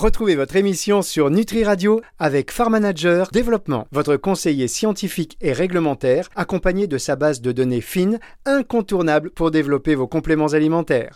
Retrouvez votre émission sur Nutri Radio avec Farm Manager Développement, votre conseiller scientifique et réglementaire, accompagné de sa base de données fine, incontournable pour développer vos compléments alimentaires.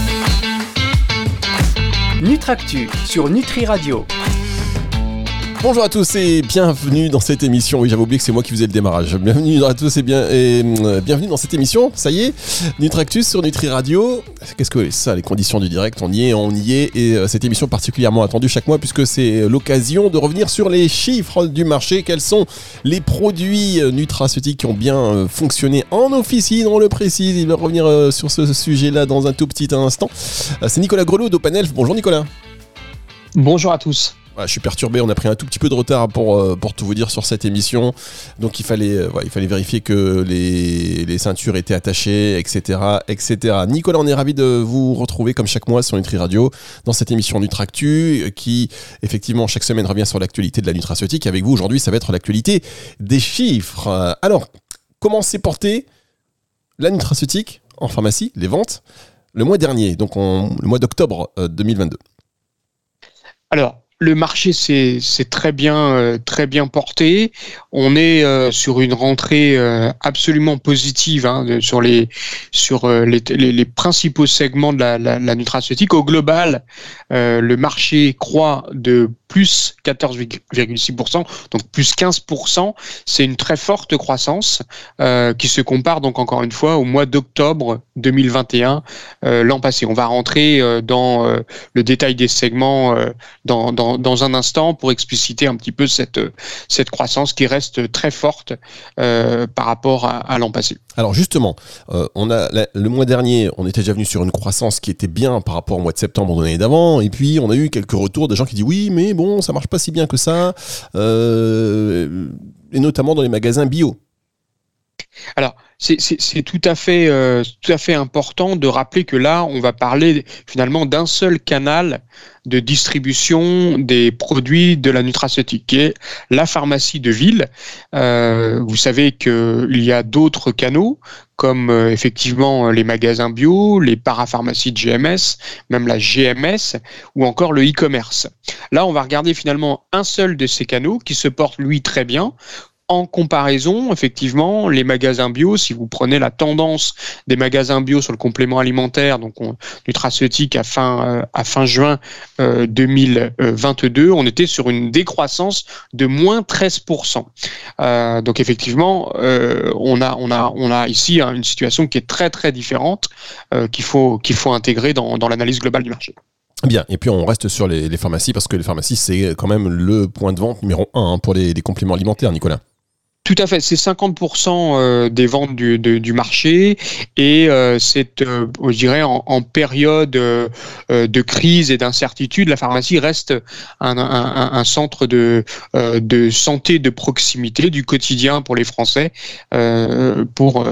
Nutractu sur Nutri Radio. Bonjour à tous et bienvenue dans cette émission. Oui, j'avais oublié que c'est moi qui faisais le démarrage. Bienvenue à tous et bienvenue dans cette émission. Ça y est, Nutractus sur Nutri Radio. Qu'est-ce que c'est ça, les conditions du direct? On y est. Et cette émission particulièrement attendue chaque mois puisque c'est l'occasion de revenir sur les chiffres du marché. Quels sont les produits nutraceutiques qui ont bien fonctionné en officine? On le précise. Il va revenir sur ce sujet-là dans un tout petit instant. C'est Nicolas Grelot d'Open Health. Bonjour Nicolas. Bonjour à tous. Voilà, je suis perturbé, on a pris un tout petit peu de retard pour tout vous dire sur cette émission. Donc il fallait vérifier que les ceintures étaient attachées, etc. Nicolas, on est ravis de vous retrouver comme chaque mois sur Nutri Radio dans cette émission Nutractu qui, effectivement, chaque semaine revient sur l'actualité de la nutraceutique. Avec vous, aujourd'hui, ça va être l'actualité des chiffres. Alors, comment s'est portée la nutraceutique en pharmacie, les ventes, le mois dernier, donc le mois d'octobre 2022? Alors, le marché s'est très bien porté. On est sur une rentrée absolument positive sur les principaux segments de la nutraceutique. Au global, le marché croît de plus 14,6%, donc plus 15%. C'est une très forte croissance qui se compare donc encore une fois au mois d'octobre 2021 l'an passé. On va rentrer dans le détail des segments dans un instant pour expliciter un petit peu cette croissance qui reste très forte par rapport à l'an passé. Alors justement, le mois dernier, on était déjà venu sur une croissance qui était bien par rapport au mois de septembre de l'année d'avant, et puis on a eu quelques retours des gens qui disent oui, mais bon, ça marche pas si bien que ça, et notamment dans les magasins bio. Alors, c'est tout à fait important de rappeler que là, on va parler finalement d'un seul canal de distribution des produits de la nutraceutique, qui est la pharmacie de ville. Vous savez qu'il y a d'autres canaux, comme effectivement les magasins bio, les parapharmacies de GMS, même la GMS, ou encore le e-commerce. Là, on va regarder finalement un seul de ces canaux qui se porte, lui, très bien. En comparaison, effectivement, les magasins bio, si vous prenez la tendance des magasins bio sur le complément alimentaire, donc nutraceutique à fin juin 2022, on était sur une décroissance de moins 13%. Donc effectivement, on a ici une situation qui est très très différente qu'il faut intégrer dans l'analyse globale du marché. Bien, et puis on reste sur les pharmacies parce que les pharmacies, c'est quand même le point de vente numéro 1 pour les compléments alimentaires, Nicolas. Tout à fait, c'est 50% des ventes du marché et c'est, je dirais, en période de crise et d'incertitude, la pharmacie reste un centre de santé de proximité du quotidien pour les Français pour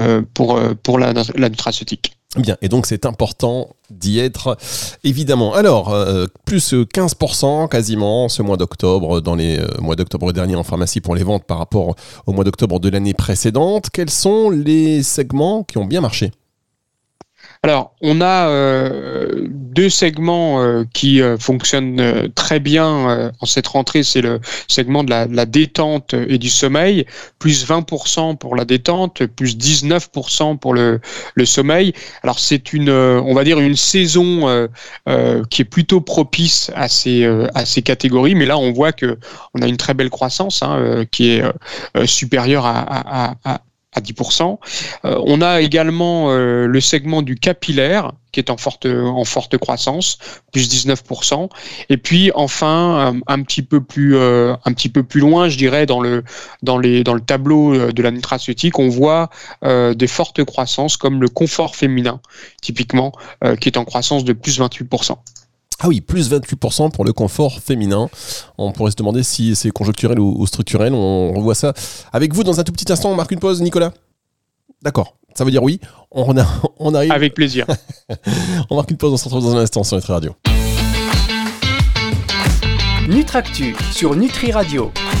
la nutraceutique. Bien, et donc c'est important d'y être, évidemment. Alors, plus 15% quasiment ce mois d'octobre, dans les mois d'octobre dernier en pharmacie pour les ventes par rapport au mois d'octobre de l'année précédente. Quels sont les segments qui ont bien marché ? Alors, on a deux segments qui fonctionnent très bien en cette rentrée. C'est le segment de la détente et du sommeil, plus 20% pour la détente, plus 19% pour le sommeil. Alors, c'est on va dire une saison qui est plutôt propice à ces catégories, mais là, on voit que on a une très belle croissance qui est supérieure à 10%. On a également le segment du capillaire qui est en forte croissance, plus 19%. Et puis enfin un petit peu plus loin, je dirais, dans le tableau de la nutraceutique, on voit des fortes croissances comme le confort féminin, typiquement, qui est en croissance de plus 28%. Ah oui, plus 28% pour le confort féminin. On pourrait se demander si c'est conjoncturel ou structurel. On revoit ça avec vous dans un tout petit instant. On marque une pause, Nicolas ? D'accord, ça veut dire oui. On arrive. Avec plaisir. On marque une pause, on se retrouve dans un instant sur Nutri Radio. Nutractu sur Nutri Radio.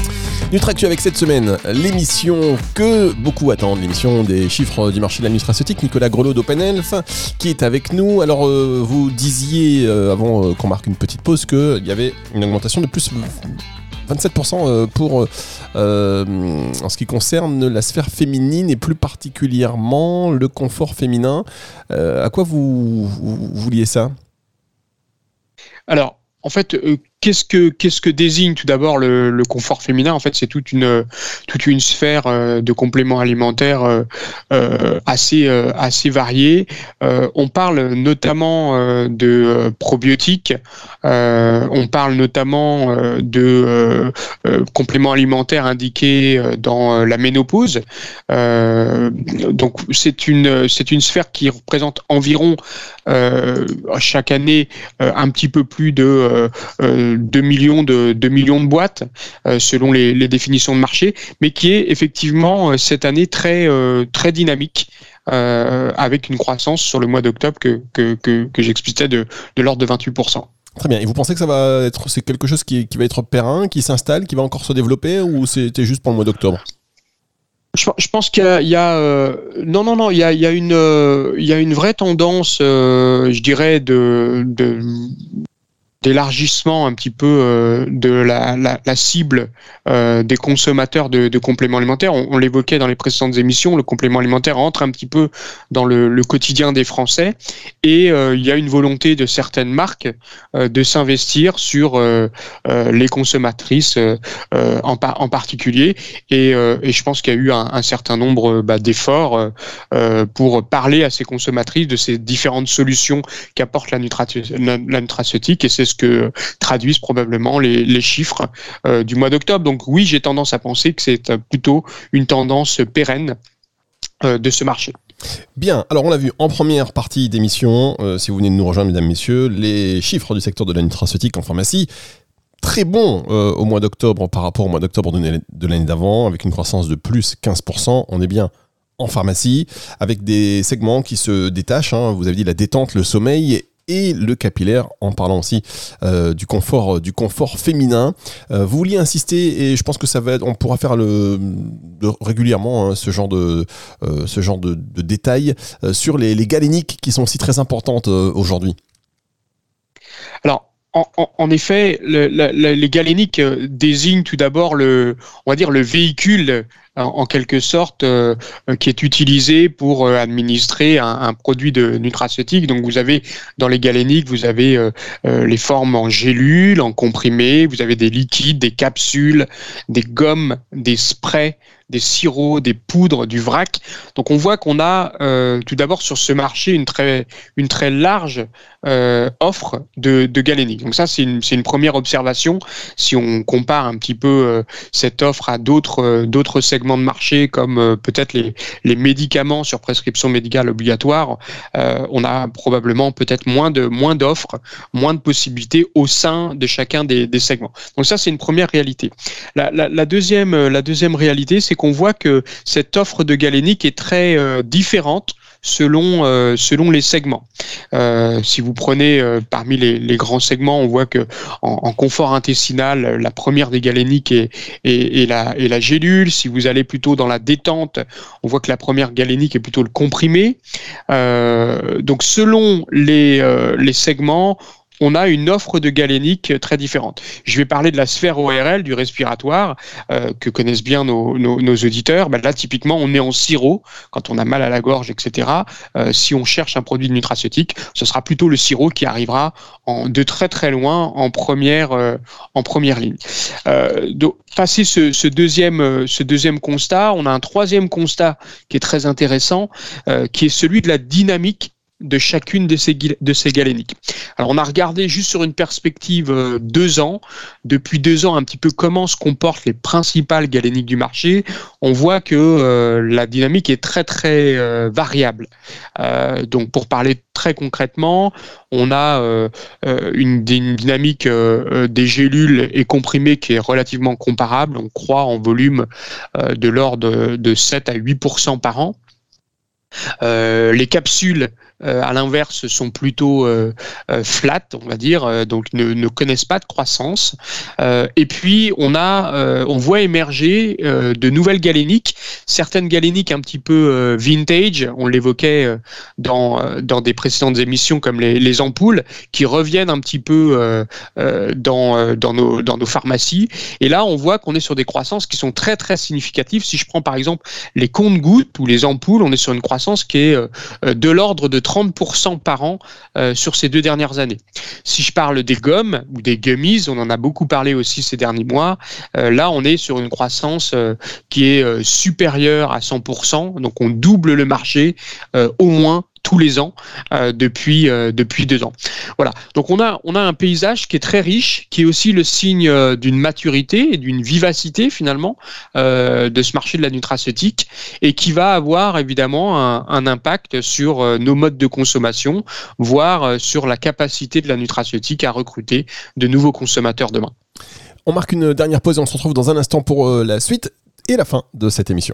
Nutractu avec cette semaine, l'émission que beaucoup attendent, l'émission des chiffres du marché de la nutraceutique. Nicolas Grelot d'Open Health qui est avec nous. Alors vous disiez avant qu'on marque une petite pause qu'il y avait une augmentation de plus 27% pour en ce qui concerne la sphère féminine et plus particulièrement le confort féminin. À quoi vous liez ça ? Alors, en fait, qu'est-ce que désigne tout d'abord le confort féminin ? En fait, c'est toute une sphère de compléments alimentaires assez variée. On parle notamment de probiotiques. On parle notamment de compléments alimentaires indiqués dans la ménopause. Donc, c'est une sphère qui représente environ chaque année un petit peu plus de 2 millions de boîtes selon les définitions de marché, mais qui est effectivement cette année très dynamique avec une croissance sur le mois d'octobre que j'expliquais de l'ordre de 28%. Très bien. Et vous pensez que c'est quelque chose qui va être périn, qui s'installe, qui va encore se développer, ou c'était juste pour le mois d'octobre ? Je pense qu'il y a non, il y a une vraie tendance, je dirais, d'élargissement un petit peu de la cible des consommateurs de compléments alimentaires. On l'évoquait dans les précédentes émissions, le complément alimentaire entre un petit peu dans le quotidien des Français et il y a une volonté de certaines marques de s'investir sur les consommatrices en particulier et je pense qu'il y a eu un certain nombre d'efforts pour parler à ces consommatrices de ces différentes solutions qu'apporte la nutraceutique et c'est ce que traduisent probablement les chiffres du mois d'octobre. Donc oui, j'ai tendance à penser que c'est plutôt une tendance pérenne de ce marché. Bien, alors on l'a vu en première partie d'émission, si vous venez de nous rejoindre mesdames, messieurs, les chiffres du secteur de la nutraceutique en pharmacie, très bon au mois d'octobre par rapport au mois d'octobre de l'année d'avant, avec une croissance de plus 15%, on est bien en pharmacie, avec des segments qui se détachent, vous avez dit la détente, le sommeil et le capillaire, en parlant aussi du confort féminin. Vous vouliez insister, et je pense que on pourra faire régulièrement ce genre de détails sur les galéniques qui sont aussi très importantes aujourd'hui. Alors, en effet, les galéniques désignent tout d'abord on va dire le véhicule en quelque sorte qui est utilisé pour administrer un produit de nutraceutique. Donc vous avez dans les galéniques, vous avez les formes en gélules, en comprimés, vous avez des liquides, des capsules, des gommes, des sprays, des sirops, des poudres, du vrac. Donc on voit qu'on a tout d'abord sur ce marché une très large offre de galéniques. Donc ça c'est une première observation si on compare un petit peu cette offre à d'autres segments de marché comme peut-être les médicaments sur prescription médicale obligatoire. On a probablement peut-être moins d'offres, moins de possibilités au sein de chacun des segments. Donc ça c'est une première réalité. La deuxième réalité, c'est qu'on voit que cette offre de galénique est très différente selon les segments. Si vous prenez parmi les grands segments, on voit que en confort intestinal, la première des galéniques est la gélule. Si vous allez plutôt dans la détente, on voit que la première galénique est plutôt le comprimé. Donc selon les segments, on a une offre de galénique très différente. Je vais parler de la sphère ORL, du respiratoire, que connaissent bien nos auditeurs. Là, typiquement, on est en sirop, quand on a mal à la gorge, etc. Si on cherche un produit de nutraceutique, ce sera plutôt le sirop qui arrivera de très très loin en première ligne. Donc, passé ce deuxième constat, on a un troisième constat qui est très intéressant, qui est celui de la dynamique de chacune de ces galéniques. Alors on a regardé juste sur une perspective 2 ans, depuis 2 ans un petit peu comment se comportent les principales galéniques du marché. On voit que la dynamique est très très variable. Donc pour parler très concrètement, on a une dynamique des gélules et comprimés qui est relativement comparable. On croît en volume de l'ordre de 7 à 8% par an. Les capsules à l'inverse, sont plutôt flat, on va dire, donc ne connaissent pas de croissance. Et puis, on voit émerger de nouvelles galéniques, certaines galéniques un petit peu vintage, on l'évoquait dans des précédentes émissions comme les ampoules, qui reviennent un petit peu dans nos pharmacies. Et là, on voit qu'on est sur des croissances qui sont très, très significatives. Si je prends par exemple les comptes-gouttes ou les ampoules, on est sur une croissance qui est de l'ordre de 30% par an sur ces 2 dernières années. Si je parle des gommes ou des gummies, on en a beaucoup parlé aussi ces derniers mois, là, on est sur une croissance qui est supérieure à 100%, donc on double le marché au moins tous les ans depuis 2 ans. Voilà. Donc on a un paysage qui est très riche, qui est aussi le signe d'une maturité et d'une vivacité finalement de ce marché de la nutraceutique et qui va avoir évidemment un impact sur nos modes de consommation, voire sur la capacité de la nutraceutique à recruter de nouveaux consommateurs demain. On marque une dernière pause et on se retrouve dans un instant pour la suite et la fin de cette émission.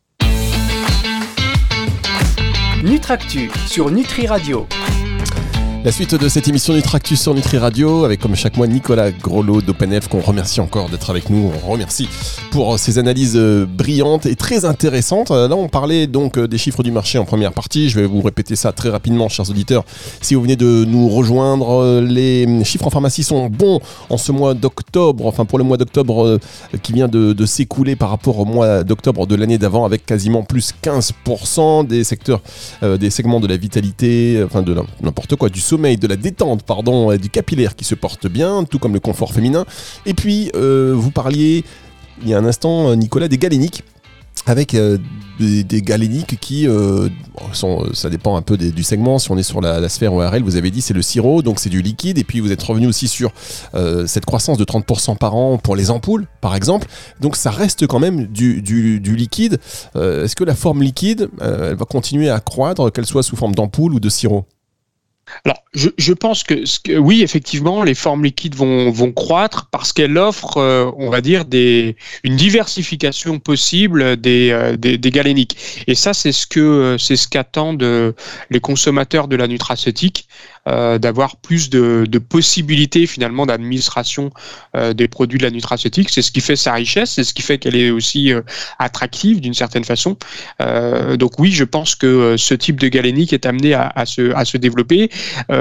Nutractu sur Nutri Radio. La suite de cette émission Nutractus sur Nutri Radio avec comme chaque mois Nicolas Grolot d'OpenElf qu'on remercie encore d'être avec nous. On remercie pour ses analyses brillantes et très intéressantes. Là on parlait donc des chiffres du marché en première partie. Je vais vous répéter ça très rapidement chers auditeurs. Si vous venez de nous rejoindre, les chiffres en pharmacie sont bons en ce mois d'octobre. Enfin pour le mois d'octobre qui vient de s'écouler par rapport au mois d'octobre de l'année d'avant avec quasiment plus 15% des secteurs, des segments de la vitalité, enfin de n'importe quoi, du sommeil, de la détente, du capillaire qui se porte bien, tout comme le confort féminin. Et puis, vous parliez il y a un instant, Nicolas, des galéniques, avec des galéniques qui sont, ça dépend un peu du segment. Si on est sur la sphère ORL, vous avez dit c'est le sirop, donc c'est du liquide. Et puis vous êtes revenu aussi sur cette croissance de 30% par an pour les ampoules, par exemple. Donc ça reste quand même du liquide. Est-ce que la forme liquide, elle va continuer à croître, qu'elle soit sous forme d'ampoule ou de sirop ? Alors, je pense que oui, effectivement, les formes liquides vont croître parce qu'elles offrent, on va dire, une diversification possible des galéniques. Et ça, c'est ce qu'attendent les consommateurs de la nutraceutique, d'avoir plus de possibilités finalement d'administration des produits de la nutraceutique. C'est ce qui fait sa richesse, c'est ce qui fait qu'elle est aussi attractive d'une certaine façon. Donc oui, je pense que ce type de galénique est amené à se développer.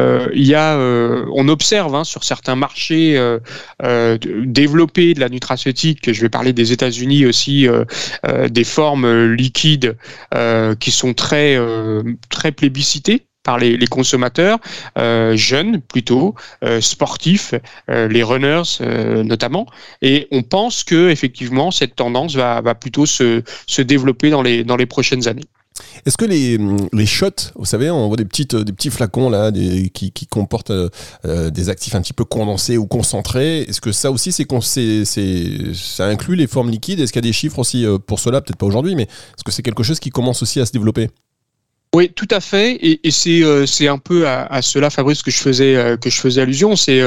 On observe sur certains marchés développés de la nutraceutique, je vais parler des États-Unis aussi, des formes liquides qui sont très plébiscitées par les consommateurs, jeunes plutôt, sportifs, les runners notamment. Et on pense que effectivement cette tendance va plutôt se développer dans les prochaines années. Est-ce que les shots, vous savez, on voit des petits flacons là, qui comportent des actifs un petit peu condensés ou concentrés. Est-ce que ça aussi, ça inclut les formes liquides ? Est-ce qu'il y a des chiffres aussi pour cela ? Peut-être pas aujourd'hui, mais est-ce que c'est quelque chose qui commence aussi à se développer ? Oui, tout à fait, et c'est un peu à cela, Fabrice, que je faisais allusion. C'est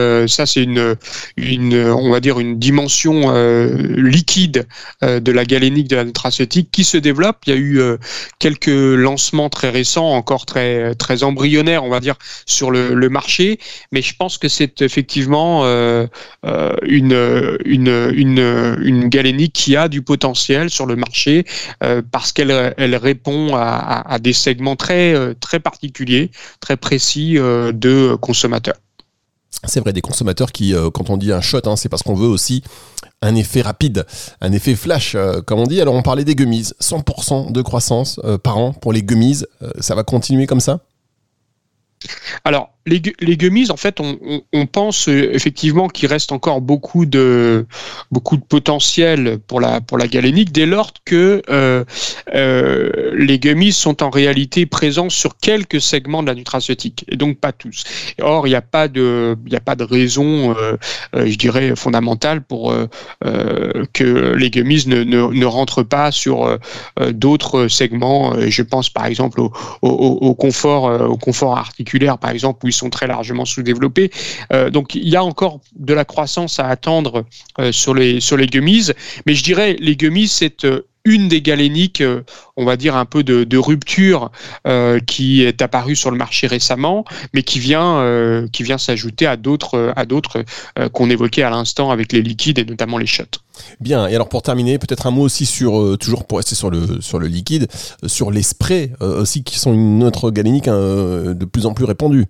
on va dire une dimension liquide de la galénique de la nutraceutique qui se développe. Il y a eu quelques lancements très récents, encore très très embryonnaires, on va dire, sur le marché, mais je pense que c'est effectivement une galénique qui a du potentiel sur le marché parce qu'elle répond à des segments très particuliers, très précis de consommateurs. C'est vrai, des consommateurs qui, quand on dit un shot, c'est parce qu'on veut aussi un effet rapide, un effet flash, comme on dit. Alors on parlait des gummies, 100% de croissance par an pour les gummies, ça va continuer comme ça ? Alors, les gummies, en fait, on pense effectivement qu'il reste encore beaucoup de potentiel pour la galénique dès lors que les gummies sont en réalité présents sur quelques segments de la nutraceutique et donc pas tous. Or, il n'y a pas de raison, je dirais, fondamentale pour que les gummies ne rentrent pas sur d'autres segments. Je pense par exemple au confort articulaire, par exemple, ils sont très largement sous-développés. Donc il y a encore de la croissance à attendre sur les gummies, mais je dirais les gummies c'est une des galéniques, on va dire un peu de rupture qui est apparue sur le marché récemment, mais qui vient s'ajouter à d'autres qu'on évoquait à l'instant avec les liquides et notamment les shots. Bien, et alors pour terminer, peut-être un mot aussi sur, toujours pour rester sur le liquide, sur les sprays aussi qui sont une autre galénique de plus en plus répandue.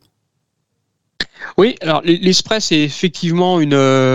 Oui, alors les sprays c'est effectivement une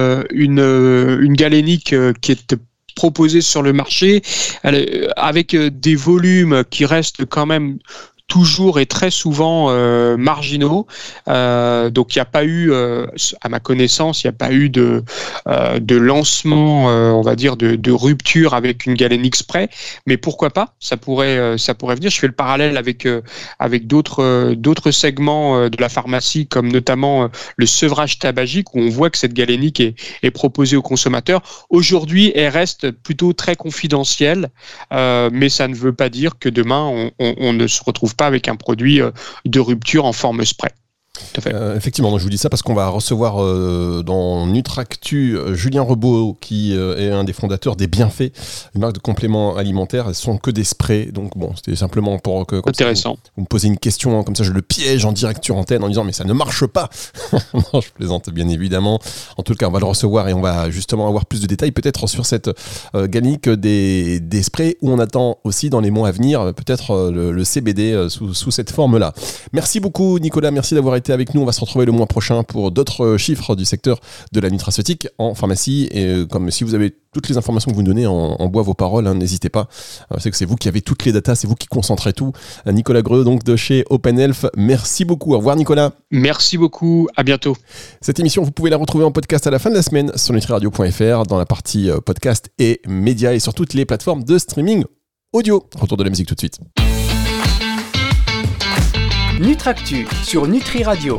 galénique qui est proposée sur le marché avec des volumes qui restent quand même toujours et très souvent marginaux. Donc il n'y a pas eu, à ma connaissance, il n'y a pas eu de lancement, on va dire, de rupture avec une galénique spray. Mais pourquoi pas ? Ça pourrait venir. Je fais le parallèle avec d'autres segments de la pharmacie, comme notamment le sevrage tabagique, où on voit que cette galénique est proposée aux consommateurs. Aujourd'hui, elle reste plutôt très confidentielle, mais ça ne veut pas dire que demain, on ne se retrouve pas avec un produit de rupture en forme spray. Tout à fait. Effectivement, je vous dis ça parce qu'on va recevoir dans Nutractu Julien Rebaud qui est un des fondateurs des Bienfaits, une marque de compléments alimentaires. Elles sont que des sprays, donc bon, c'était simplement pour que intéressant. Vous me posez une question, comme ça je le piège en direct sur antenne en disant mais ça ne marche pas. Non, je plaisante bien évidemment. En tout cas, on va le recevoir et on va justement avoir plus de détails peut-être sur cette galénique des sprays où on attend aussi dans les mois à venir peut-être le CBD sous cette forme-là. Merci beaucoup Nicolas, merci d'avoir été avec nous. On va se retrouver le mois prochain pour d'autres chiffres du secteur de la nutraceutique en pharmacie. Et comme si vous avez toutes les informations que vous nous donnez en bois vos paroles, n'hésitez pas. Je sais que c'est vous qui avez toutes les datas, c'est vous qui concentrez tout. Nicolas Greux, donc de chez Open Health. Merci beaucoup. Au revoir Nicolas. Merci beaucoup. À bientôt. Cette émission, vous pouvez la retrouver en podcast à la fin de la semaine sur nutriradio.fr dans la partie podcast et médias et sur toutes les plateformes de streaming audio. Retour de la musique tout de suite. Nutractu sur Nutri Radio.